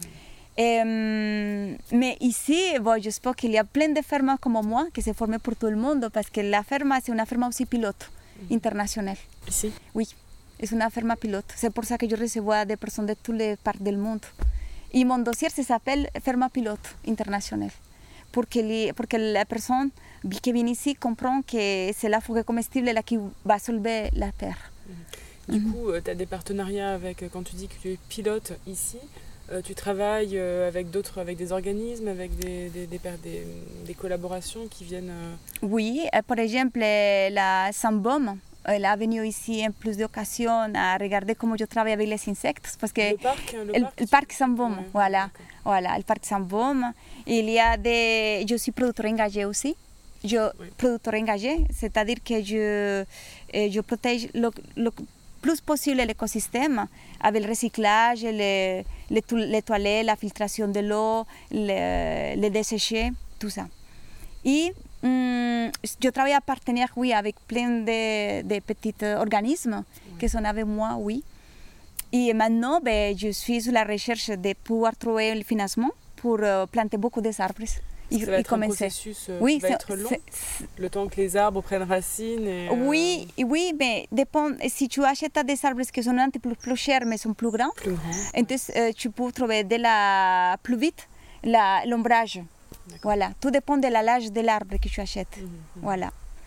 Et, mais ici, bon, j'espère qu'il y a plein de fermes comme moi qui se forment pour tout le monde parce que la ferme, c'est une ferme aussi pilote mm. internationale. Ici? Oui, c'est une ferme pilote. C'est pour ça que je reçois des personnes de toutes les parts du monde. Et mon dossier s'appelle Ferme pilote internationale. Pour que, les, pour que la personne qui vient ici comprenne que c'est la forêt comestible là qui va soulever la terre. Du mm-hmm. coup, tu as des partenariats avec, quand tu dis que tu es pilote ici, euh, tu travailles avec d'autres, avec des organismes, avec des, des, des, des, des collaborations qui viennent... Euh... Oui, par exemple, la Sambom, elle est venue ici en plus d'occasions à regarder comment je travaille avec les insectes. Parce que le parc, le, le, parc, le parc Sambom, ouais, voilà, voilà, le parc Sambom. Il y a des... Je suis producteur engagé aussi. Je oui. producteur engagé, c'est-à-dire que je, je protège le, le plus possible l'écosystème avec le recyclage, les, les, les toilettes, la filtration de l'eau, les, les déchets, tout ça. Et hum, je travaille à partenariat, oui, avec plein de, de petits organismes oui. qui sont avec moi, oui. Et maintenant, ben, je suis sur la recherche de pouvoir trouver le financement pour uh, planter beaucoup d'arbres. Ça va être un processus euh, oui, qui va être long, c'est, c'est... le temps que les arbres prennent racine. Et, euh... Oui, oui, mais dépend. Si tu achètes des arbres qui sont un petit peu plus chers mais sont plus grands, plus grand, donc, euh, tu peux trouver de la, plus vite la, l'ombrage. Voilà, tout dépend de l'âge de l'arbre que tu achètes. Mm-hmm. Voilà.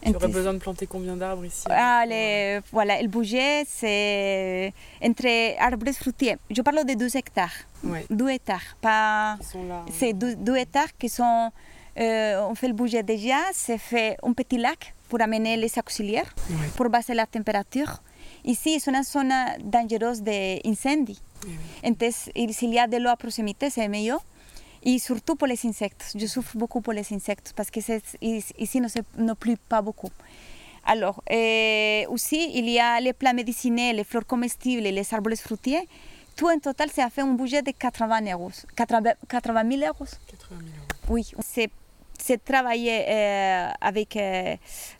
Tu aurais besoin de planter combien d'arbres ici? Ah, les, voilà, le budget, c'est entre arbres fruitiers. Je parle de deux hectares. Ouais. Deux hectares. Pas... C'est deux, deux hectares qui sont... Euh, on fait le budget déjà, c'est fait un petit lac pour amener les auxiliaires, ouais. pour baisser la température. Ici, c'est une zone dangereuse d'incendie. Ouais. Donc, s'il y a de l'eau à proximité, c'est mieux. Et surtout pour les insectes. Je souffre beaucoup pour les insectes parce que ici ne pleut pas beaucoup. Alors, euh, aussi, il y a les plantes médicinales, les fleurs comestibles et les arbres fruitiers. Tout en total, ça a fait un budget de quatre-vingts euros. quatre-vingt mille euros. quatre-vingt mille euros. Oui, c'est, c'est travailler euh, avec, euh,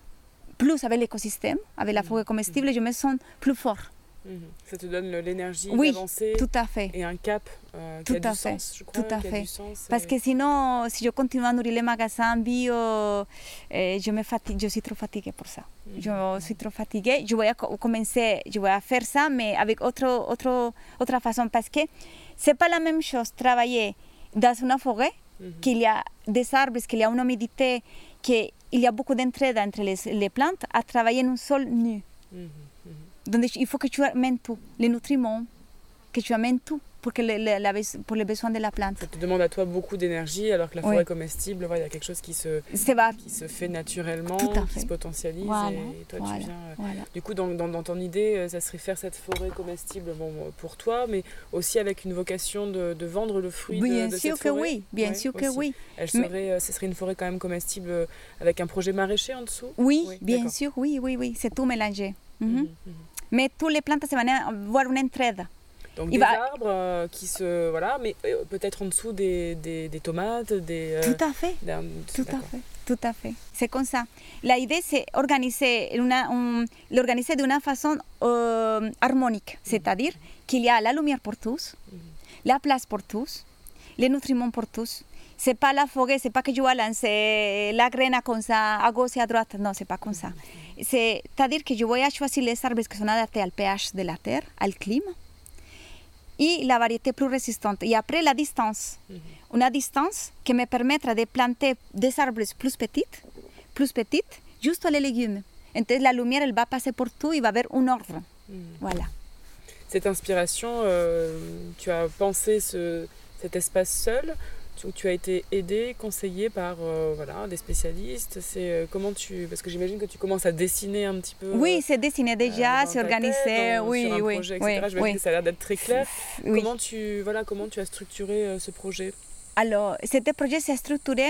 plus avec l'écosystème, avec la forêt comestible, je me sens plus fort. Mmh. Ça te donne l'énergie oui, d'avancer tout à fait. Et un cap euh, qui tout a du à fait. sens, je crois. Tout à qui fait. A du sens, parce et... que sinon, si je continue à nourrir les magasins bio, euh, je me fatigue, je suis trop fatiguée pour ça. Mmh. Je suis trop fatiguée. Je vais commencer, je vais faire ça, mais avec autre, autre, autre façon, parce que c'est pas la même chose travailler dans une forêt, mmh. qu'il y a des arbres, qu'il y a une humidité, qu'il y a beaucoup d'entraide entre les, les plantes, à travailler en un sol nu. Mmh. Donc, il faut que tu amènes tout, les nutriments, que tu amènes tout pour, que le, le, la, pour les besoins de la plante. Ça te demande à toi beaucoup d'énergie, alors que la forêt oui. comestible, il y a quelque chose qui se, qui se fait naturellement, qui se potentialise. Voilà. Et toi, voilà. tu viens. Voilà. Du coup, dans, dans, dans ton idée, ça serait faire cette forêt comestible bon, pour toi, mais aussi avec une vocation de, de vendre le fruit bien de, de sûr cette que forêt. Oui, bien ouais, sûr que aussi. oui. Elle serait, mais... Ce serait une forêt quand même comestible avec un projet maraîcher en dessous? Oui, oui bien sûr, oui, oui, oui. C'est tout mélangé. Mm-hmm. Mm-hmm. Mais toutes les plantes se vont avoir une entraide. Donc il des va... arbres euh, qui se... Voilà, mais euh, peut-être en dessous des, des, des tomates, des... Euh, tout à fait, tout à fait, tout à fait. C'est comme ça. L'idée, c'est organiser una, un, l'organiser d'une façon euh, harmonique. Mm-hmm. C'est-à-dire qu'il y a la lumière pour tous, mm-hmm. la place pour tous, les nutriments pour tous. C'est pas la forêt, c'est pas que je vais lancer la graine comme ça, à gauche et à droite. Non, c'est pas comme ça. C'est-à-dire que je vais choisir les arbres qui sont adaptés au pH de la terre, au climat, et la variété plus résistante. Et après, la distance. Mm-hmm. Une distance qui me permettra de planter des arbres plus petits, plus petits, juste les légumes. Entonces, la lumière, elle va passer pour tout, il va y avoir un ordre. Mm-hmm. Voilà. Cette inspiration, euh, tu as pensé ce, cet espace seul, où tu as été aidé, conseillé par euh, voilà, des spécialistes. C'est euh, comment tu, parce que j'imagine que tu commences à dessiner un petit peu. Oui, c'est dessiné déjà, euh, c'est organisé, dans, oui, sur un oui, projet, oui, et cetera. J'imagine oui. que ça a l'air d'être très clair. Oui. Comment tu, voilà, comment tu as structuré euh, ce projet? Alors, ce projet s'est structuré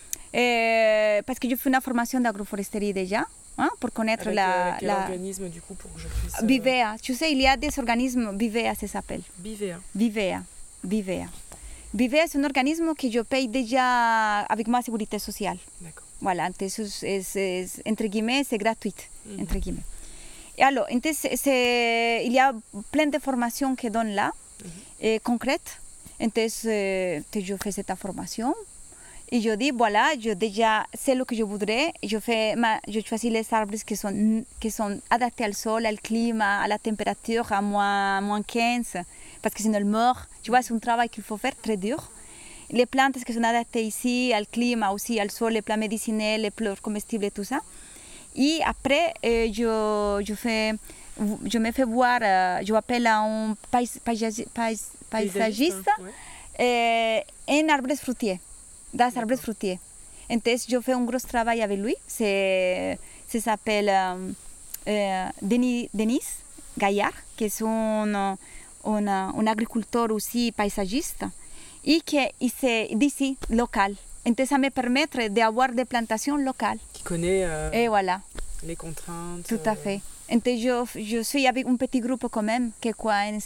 euh, parce que je fais une formation d'agroforesterie déjà. Hein, pour connaître avec, la... Avec quel la... organisme du coup pour que je puisse... Bivea. Tu sais, il y a des organismes, Bivea ça s'appelle. Bivea. Bivea. Bivea. Bivea, c'est un organisme que je paye déjà avec ma sécurité sociale. D'accord. Voilà, c'est, c'est, entre guillemets, c'est gratuit, mm-hmm. entre guillemets. Et alors, c'est, c'est, il y a plein de formations qui donnent là, mm-hmm. et concrètes. Entonces, euh, je fais cette formation. Et je dis, voilà, je déjà sais ce que je voudrais. Je, fais ma, je choisis les arbres qui sont, qui sont adaptés au sol, au climat, à la température, à moins, moins quinze, parce que sinon elles meurent. Tu vois, c'est un travail qu'il faut faire très dur. Les plantes qui sont adaptées ici, au climat, aussi au sol, les plantes médicinales, les fleurs comestibles et tout ça. Et après, euh, je, je, fais, je me fais voir, euh, je m'appelle un pais, paysagiste, pais, paysagiste ouais. euh, un arbre fruitier. Des arbres fruitiers. Entonces, je fais un gros travail avec lui. C'est, ça s'appelle euh, euh, Denis, Denis Gaillard, qui est un, un, un agriculteur aussi paysagiste et qui est d'ici, local. Entonces, ça me permet d'avoir des plantations locales. Qui connaît euh, et voilà. les contraintes. Tout à fait. Entonces, je, je suis avec un petit groupe quand même qui croit en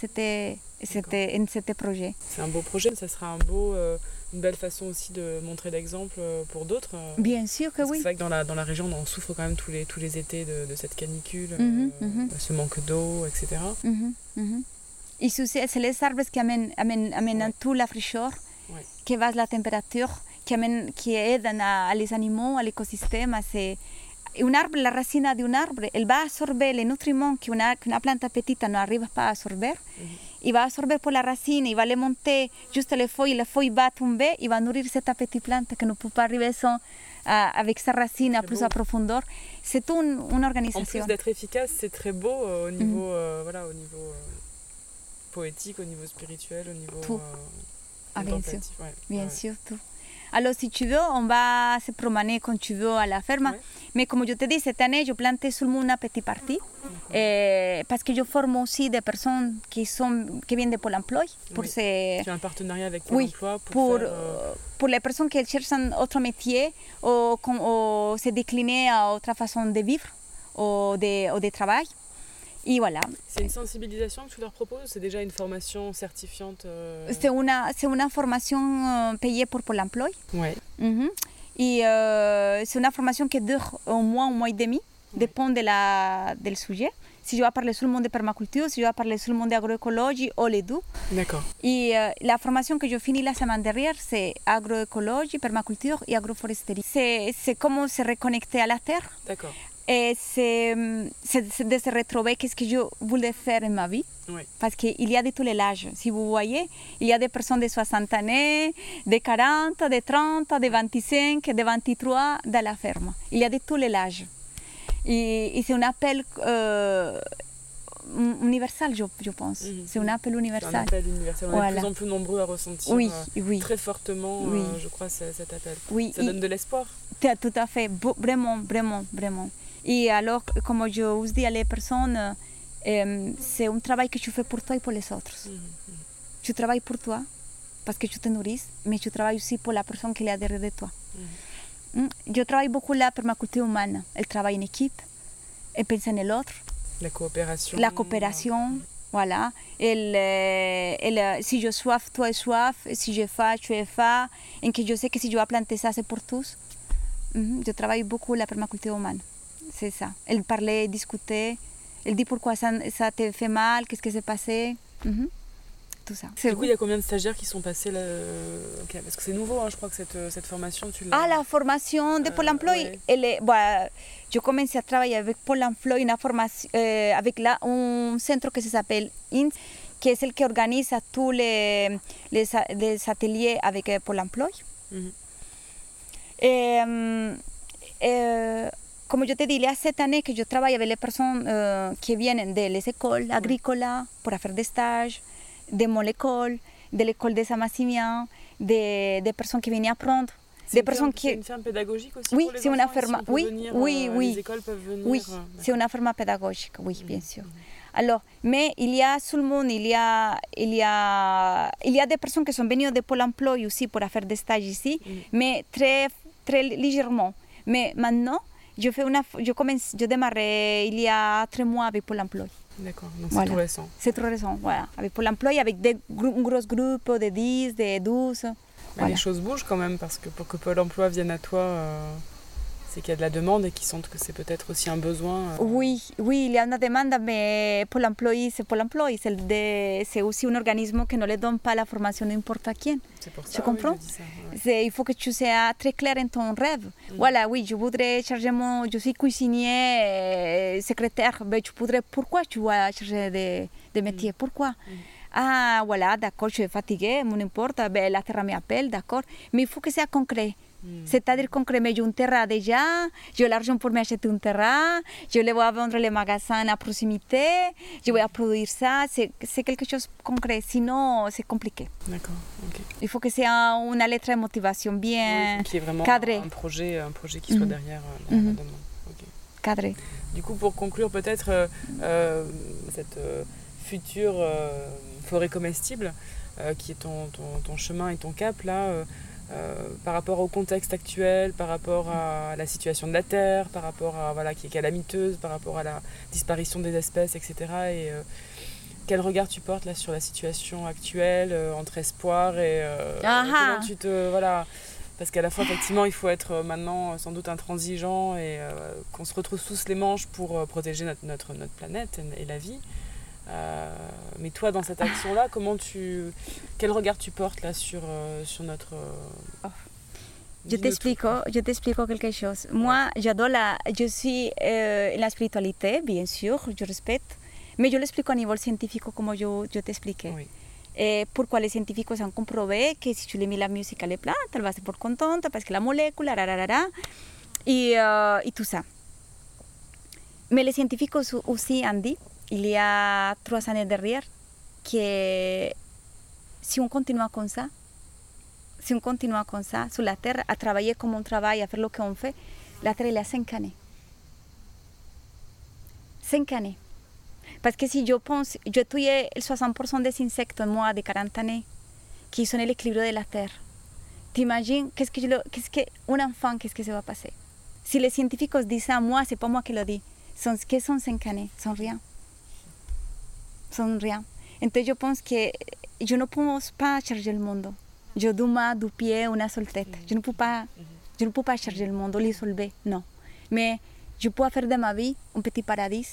ce projet. C'est un beau projet, ça sera un beau... Euh... une belle façon aussi de montrer l'exemple pour d'autres. Bien sûr que oui. C'est vrai que dans la, dans la région, on souffre quand même tous les, tous les étés de, de cette canicule, mm-hmm, euh, mm-hmm. ce manque d'eau, et cetera. Mm-hmm, mm-hmm. Et c'est les arbres qui amènent, amènent, amènent ouais. toute la fraîcheur, ouais. qui baissent la température, qui, amènent, qui aident à, à les animaux, à l'écosystème, à, se, un arbre, la racine d'un arbre, elle va absorber les nutriments qu'une, qu'une plante petite n'arrive pas à absorber. Mm-hmm. Il va absorber pour la racine, il va les monter juste les feuilles, la feuille va tomber, il va nourrir cette petite plante qui ne peut pas arriver sans, euh, avec sa racine à plus en profondeur. C'est une, une organisation. En plus d'être efficace, c'est très beau euh, au niveau, mm-hmm. euh, voilà, au niveau euh, poétique, au niveau spirituel, au niveau tout. Euh, ah, bien sûr, ouais. bien ouais. sûr, tout. Alors, si tu veux, on va se promener quand tu veux à la ferme. Ouais. Mais comme je te dis, cette année, je plante seulement une petite partie. Et parce que je forme aussi des personnes qui, sont, qui viennent de Pôle emploi. Pour oui. ces... Tu as un partenariat avec Pôle oui, emploi pour, pour, faire, euh... pour les personnes qui cherchent un autre métier ou, ou se décliner à autre façon de vivre ou de, ou de travail. Et voilà. C'est une sensibilisation que tu leur proposes ou c'est déjà une formation certifiante euh... C'est une, c'est une formation euh, payée pour Pôle emploi. Oui. Mm-hmm. Et euh, c'est une formation qui dure au moins un mois et demi, oui. Dépend de la, du sujet. Si je vais parler seulement de permaculture, si je vais parler seulement d'agroécologie ou les deux. D'accord. Et euh, la formation que je finis la semaine dernière, c'est agroécologie, permaculture et agroforesterie. C'est, c'est comment se reconnecter à la terre. D'accord. Et c'est, c'est, c'est de se retrouver qu'est-ce que je voulais faire en ma vie. Oui. Parce qu'il y a de tous les âges. Si vous voyez, il y a des personnes de soixante années, de quarante, de trente, de vingt-cinq, de vingt-trois dans la ferme. Il y a de tous les âges. Et, et c'est un appel euh, universel, je, je pense. Mm-hmm. C'est un appel universel. C'est un appel universel. On voilà. est de plus en plus nombreux à ressentir oui, euh, oui. très fortement, oui. euh, je crois, cet appel. Oui. Ça donne de l'espoir. Tout à fait. Vraiment, vraiment, vraiment. Et alors, comme je vous dis à les personnes, euh, c'est un travail que tu fais pour toi et pour les autres. Mm-hmm. Tu travailles pour toi, parce que tu te nourris, mais tu travailles aussi pour la personne qui est derrière de toi. Mm-hmm. Mm. Je travaille beaucoup la permaculture humaine. Elle travaille en équipe, elle pense en l'autre. La coopération. La coopération, mm-hmm. Voilà. Elle, elle, si je soif, toi es soif. Si j'ai faim, tu es faim. Et que je sais que si je vais planter ça, c'est pour tous. Mm-hmm. Je travaille beaucoup la permaculture humaine. C'est ça. Elle parlait, discutait. Elle dit pourquoi ça, ça te fait mal, qu'est-ce qui s'est passé. Mm-hmm. Tout ça. C'est du coup, il y a combien de stagiaires qui sont passés là okay, parce que c'est nouveau, hein, je crois que cette, cette formation, tu l'as... Ah, la formation de Pôle emploi, euh, ouais. elle est, bah, je commence à travailler avec Pôle emploi, une formation, euh, avec là, un centre qui s'appelle I N S, qui est celle qui organise tous les, les, les ateliers avec Pôle emploi. Mm-hmm. Et, euh, comme je te dis, il y a sept années que je travaille avec les personnes euh, qui viennent des écoles agricoles pour faire des stages, de mon école, de l'école des Saint-Maximin, des, des personnes qui viennent apprendre. C'est, des une, personnes ferme, qui... c'est une ferme pédagogique aussi oui, pour les c'est enfants, une ferme. si oui, venir, oui, euh, oui. Les écoles peuvent venir. Oui, euh, c'est une ferme pédagogique, oui, mmh, bien sûr. Mmh. Alors, mais il y a tout le monde, il y a, il y a, il y a des personnes qui sont venues de Pôle emploi aussi pour faire des stages ici, mmh. mais très, très légèrement. Mais maintenant, je, fais une, je, commence, je démarre il y a trois mois avec Pôle emploi. D'accord, donc voilà. C'est trop récent. C'est trop récent, voilà. Avec Pôle emploi, avec des, un gros groupe de dix, de douze. Mais voilà. Les choses bougent quand même, parce que pour que Pôle emploi vienne à toi, euh, c'est qu'il y a de la demande et qu'ils sentent que c'est peut-être aussi un besoin. Euh... Oui, oui, il y a une demande, mais Pôle emploi, c'est Pôle emploi. C'est, de, c'est aussi un organisme qui ne leur donne pas la formation n'importe à qui. C'est pour ça, tu comprends oui, je dis ça, ouais. c'est, il faut que tu sois très clair en ton rêve. Mm. Voilà, oui, je voudrais charger mon... Je suis cuisinier, secrétaire. Mais tu voudrais... Pourquoi tu vas changer de, de métier? Mm. Pourquoi? Mm. Ah, voilà, d'accord, je suis fatiguée, n'importe, ben, la terre m'appelle, d'accord. Mais il faut que ce soit concret. Mm. C'est-à-dire concrètement, j'ai un terrain déjà, j'ai l'argent pour m'acheter un terrain, je vais vendre les magasins à proximité, je vais produire ça, c'est, c'est quelque chose de concret, sinon c'est compliqué. D'accord, ok. Il faut que ce soit une lettre de motivation bien oui, qu'il y ait vraiment cadrée. Un projet, un projet qui soit mm. derrière, derrière mm-hmm. la demande. Okay. Cadré. Du coup, pour conclure peut-être euh, euh, cette euh, future euh, forêt comestible, euh, qui est ton, ton, ton chemin et ton cap là, euh, Euh, par rapport au contexte actuel, par rapport à la situation de la Terre, par rapport à voilà, qui est calamiteuse, par rapport à la disparition des espèces, et cetera. Et euh, quel regard tu portes là sur la situation actuelle, euh, entre espoir et euh, comment tu te voilà, parce qu'à la fois effectivement il faut être maintenant sans doute intransigeant et euh, qu'on se retrouve tous les manches pour euh, protéger notre, notre notre planète et, et la vie. Euh, mais toi, dans cette action-là, comment tu, quel regard tu portes là sur euh, sur notre euh... Je t'explique, je t'explique quelque chose. Moi, j'adore la... Je suis euh, la spiritualité, bien sûr, je respecte. Mais je l'explique au niveau scientifique comme je, je t'expliquais. Oui. Et pourquoi les scientifiques ont comprouvé que si tu les mets la musique à les plantes, elle va se porter contente parce que la molécule, rararara, et, euh, et tout ça. Mais les scientifiques aussi ont dit, il y a trois années derrière, que si on continue comme ça, si on continue comme ça sur la Terre, à travailler comme on travaille, à faire ce qu'on fait, la Terre, elle a cinq années. Cinq années. Parce que si je pense, je tue le soixante pour cent des insectes, moi, de quarante années, qui sont l'équilibre de la Terre. T'imagines, qu'est-ce que je, qu'est-ce que, un enfant, qu'est-ce que ça va passer? Si les scientifiques disent ça, moi, c'est pas moi qui le dis. Sont, que sont cinq années? Sont rien. Sont rien. Donc je pense que je ne peux pas changer le monde. Je deux mains, deux pieds, une seule tête. Mm-hmm. Je ne peux pas, mm-hmm. je ne peux pas changer le monde, le solver, non. Mais je peux faire de ma vie un petit paradis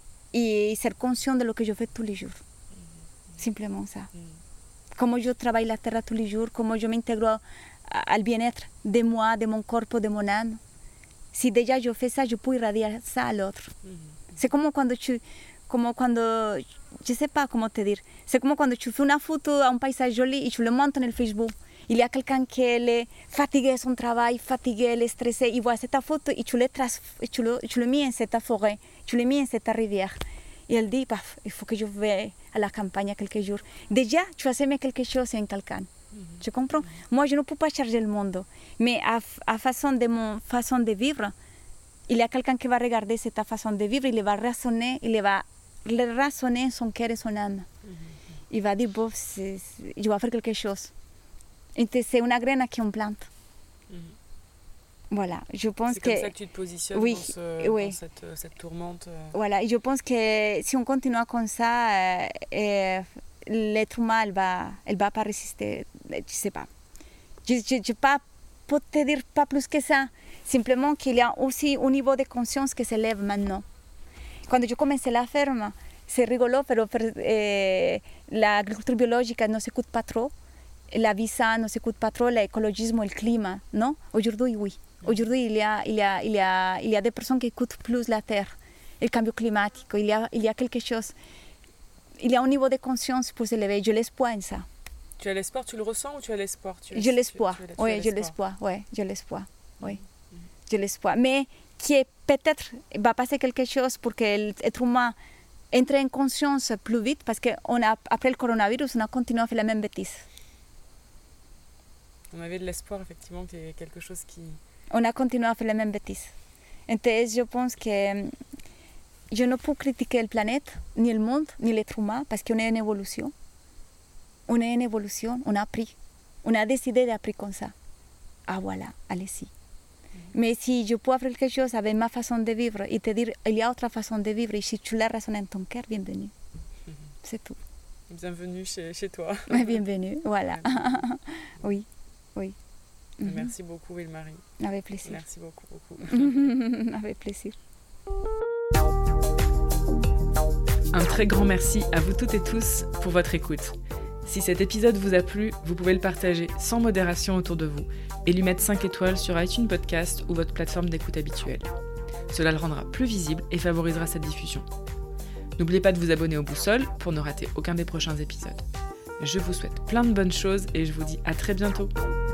et ser conscient de ce que je fais tous les jours. Mm-hmm. Simplement ça. Mm-hmm. Comment je travaille la terre tous les jours, comment je m'intègre au bien-être de moi, de mon corps, de mon âme. Si déjà je fais ça, je peux irradier ça à l'autre. Mm-hmm. C'est comme quand tu... Como cuando, je sais pas comment te dire, c'est comme quand tu fais une photo à un paysage joli et tu le montres sur Facebook. Il y a quelqu'un qui est fatigué de son travail, fatigué, elle est stressé, il voit cette photo et tu le, tras, tu le, tu le mets en cette forêt, tu le mets en cette rivière. Et elle dit, paf, il faut que je vais à la campagne quelques jours. Déjà, tu as aimé quelque chose en quelqu'un. Mm-hmm. Tu comprends? Mm-hmm. Moi, je ne peux pas changer le monde, mais à, à façon de mon façon de vivre, il y a quelqu'un qui va regarder cette façon de vivre, il va raisonner, il va le raisonner son cœur et son âme. Mm-hmm. Il va dire, bon, c'est, c'est, je vais faire quelque chose. Et c'est une graine qu'on plante. Mm-hmm. Voilà, je pense c'est que... C'est comme ça que tu te positionnes oui, dans, ce, oui. dans cette, cette tourmente. Voilà, et je pense que si on continue comme ça, euh, euh, l'être humain, elle va, elle va pas résister. Je ne sais pas. Je ne peux pas te dire pas plus que ça. Simplement qu'il y a aussi un niveau de conscience qui s'élève maintenant. Quand je commençais la ferme, c'est rigolo, mais eh, l'agriculture biologique ne s'écoute pas trop, la vie saine ne s'écoute pas trop, l'écologisme et le climat, non? Aujourd'hui, oui. Aujourd'hui, il y a, il y a, il y a, il y a des personnes qui écoutent plus la terre, le changement climatique, il y a, il y a quelque chose, il y a un niveau de conscience pour s'élever, je l'espoir en ça. Tu as l'espoir, tu le ressens ou tu as l'espoir? tu Je l'espoir, tu, tu, tu oui, je l'espoir, oui, je l'espoir, oui, mm-hmm. je l'espoir. Mais qui est peut-être va passer quelque chose pour que l'être humain entre en conscience plus vite, parce qu'après le coronavirus, on a continué à faire la même bêtise. On avait de l'espoir, effectivement, qu'il y ait quelque chose qui... On a continué à faire la même bêtise. Et je pense que je ne peux critiquer la planète, ni le monde, ni l'être humain, parce qu'on est en évolution. On est en évolution, on a appris. On a décidé d'apprendre comme ça. Ah voilà, allez-y. Mais si je peux faire quelque chose avec ma façon de vivre et te dire il y a autre façon de vivre et si tu l'as raisonné dans ton cœur, bienvenue. Mm-hmm. C'est tout. Bienvenue chez, chez toi. Bienvenue, voilà. oui, oui. Mm-hmm. Merci beaucoup, Wilmarie. Avec plaisir. Merci beaucoup, beaucoup. Avec plaisir. Un très grand merci à vous toutes et tous pour votre écoute. Si cet épisode vous a plu, vous pouvez le partager sans modération autour de vous et lui mettre cinq étoiles sur iTunes Podcast ou votre plateforme d'écoute habituelle. Cela le rendra plus visible et favorisera sa diffusion. N'oubliez pas de vous abonner au Boussole pour ne rater aucun des prochains épisodes. Je vous souhaite plein de bonnes choses et je vous dis à très bientôt.